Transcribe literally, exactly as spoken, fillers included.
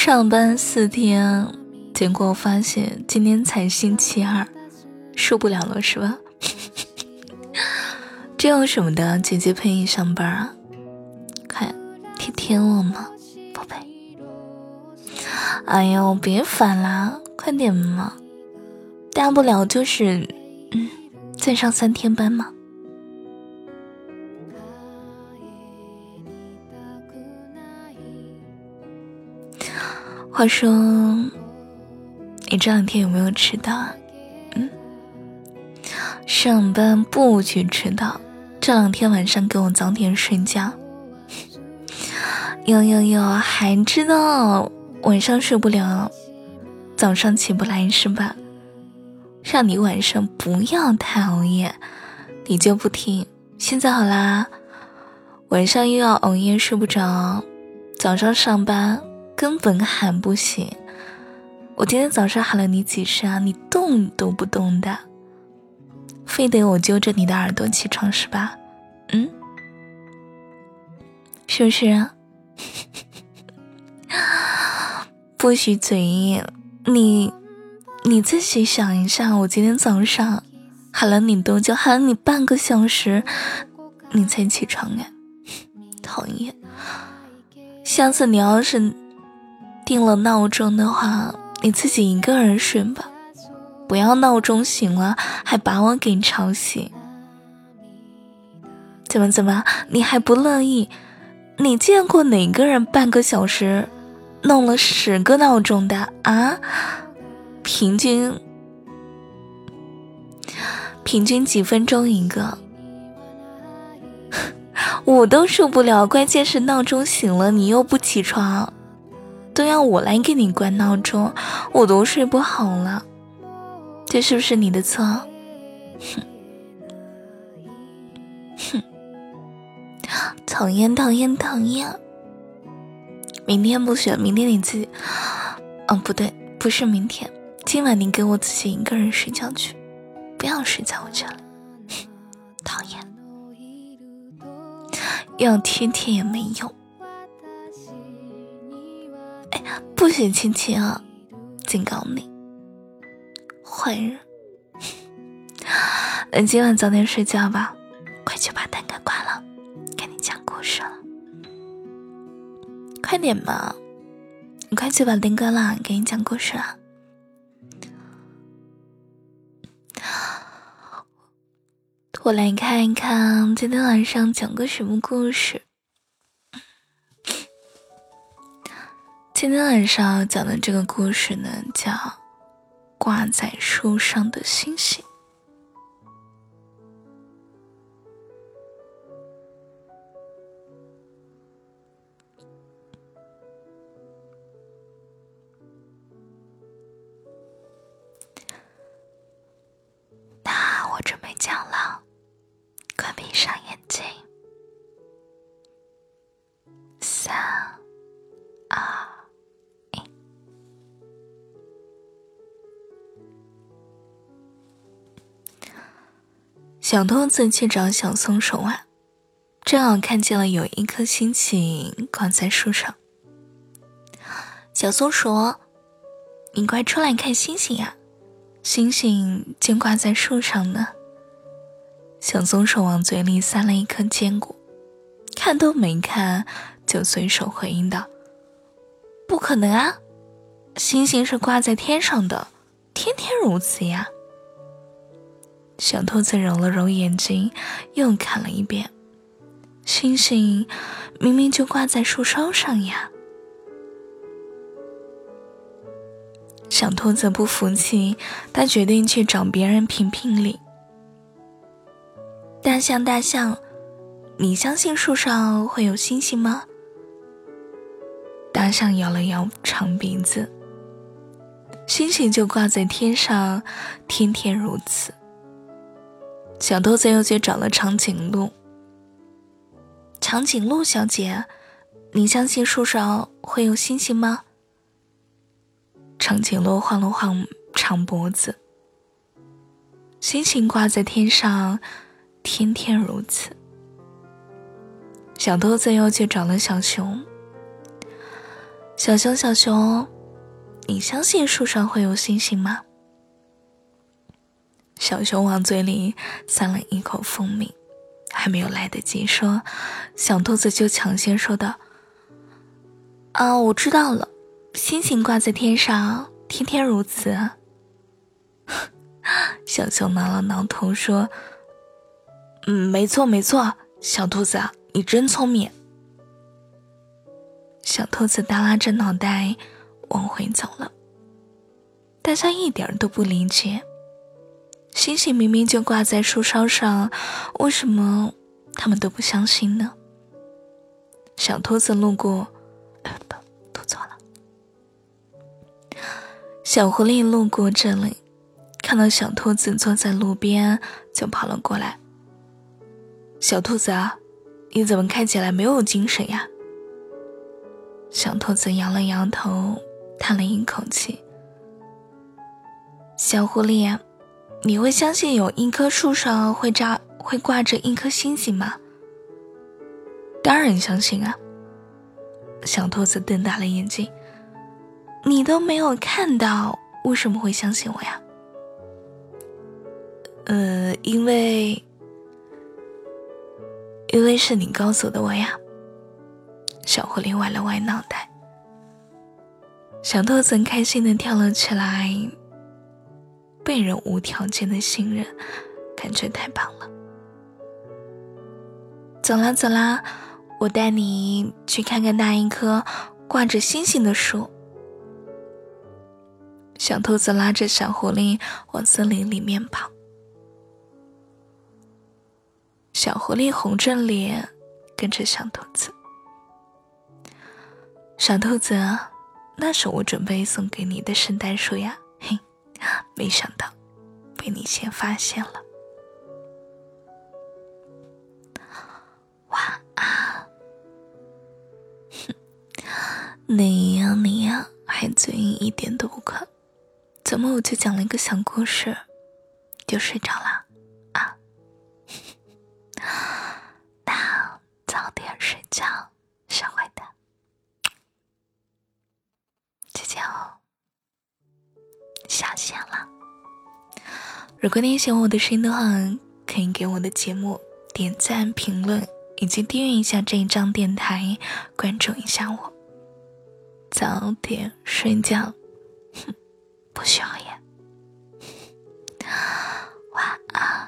上班四天，结果发现今天才星期二，受不了了是吧？这有什么的，姐姐陪你上班啊，看天天了吗，宝贝？哎呦，别烦啦，快点嘛，大不了就是嗯，再上三天班嘛。话说你这两天有没有迟到啊？嗯，上班不许迟到，这两天晚上给我早点睡觉。有有有，还知道晚上睡不了，早上起不来是吧？让你晚上不要太熬夜，你就不听。现在好啦，晚上又要熬夜睡不着，早上上班根本喊不醒。我今天早上喊了你几声啊，你动都不动的，非得我揪着你的耳朵起床是吧？嗯，是不是啊？不许嘴硬，你你自己想一下，我今天早上喊了你多久？喊了你半个小时你才起床哎，讨厌。下次你要是定了闹钟的话，你自己一个人睡吧，不要闹钟醒了还把我给吵醒。怎么怎么你还不乐意？你见过哪个人半个小时弄了十个闹钟的啊？平均平均几分钟一个，我都受不了。关键是闹钟醒了你又不起床，都要我来给你关闹钟，我都睡不好了，这是不是你的错？哼哼，讨厌讨厌讨厌。明天不选，明天你自己，哦不对，不是明天，今晚你给我自己一个人睡觉去，不要睡在我这里，讨厌。要天天也没用。哎，不许亲亲啊，警告你，坏人。那今晚早点睡觉吧，快去把灯给关了，给你讲故事了。快点吧，你快去把灯关了，给你讲故事了。我来看一看今天晚上讲个什么故事。今天晚上讲的这个故事呢，叫挂在树上的星星。那我准备讲了，快闭上眼睛。三二一。小兔子去找小松鼠玩，正好看见了有一颗星星挂在树上。小松鼠，你快出来看星星呀！星星就挂在树上呢。小松鼠往嘴里塞了一颗坚果，看都没看就随手回应道：不可能啊，星星是挂在天上的，天天如此呀。小兔子揉了揉眼睛，又看了一遍，星星明明就挂在树梢上呀。小兔子不服气，它决定去找别人评评理。大象大象，你相信树上会有星星吗？大象摇了摇长鼻子，星星就挂在天上，天天如此。小兔子又去找了长颈鹿。长颈鹿小姐，你相信树上会有星星吗？长颈鹿晃了晃长脖子，星星挂在天上，天天如此。小兔子又去找了小熊。 小熊小熊，你相信树上会有星星吗？小熊往嘴里塞了一口蜂蜜，还没有来得及说，小兔子就抢先说道：啊，我知道了，星星挂在天上，天天如此。小熊挠了挠头说：嗯，没错没错，小兔子，你真聪明。小兔子耷拉着脑袋往回走了。大家一点都不理解，星星明明就挂在树梢上，为什么他们都不相信呢？小兔子路过，呃，不，读错了。小狐狸路过这里，看到小兔子坐在路边，就跑了过来。小兔子啊，你怎么看起来没有精神呀？小兔子摇了摇头，叹了一口气。小狐狸，你会相信有一棵树上会扎会挂着一颗星星吗？当然相信啊。小兔子瞪大了眼睛，你都没有看到，为什么会相信我呀？呃，因为因为是你告诉的我呀。小狐狸歪了歪脑袋。小兔子开心地跳了起来，被人无条件的信任，感觉太棒了。走啦走啦，我带你去看看那一棵挂着星星的树。小兔子拉着小狐狸往森林里面跑。小狐狸红着脸跟着小兔子。小兔子，那是我准备送给你的圣诞树呀，嘿，没想到被你先发现了。晚安。你呀你呀，还嘴硬一点都不困，怎么我就讲了一个小故事就睡着了啊？那早点睡觉，小坏蛋。姐姐哦，下线了。如果你喜欢我的声音的话，可以给我的节目点赞、评论以及订阅一下这一张电台，关注一下我。早点睡觉，哼，不需要耶。晚安。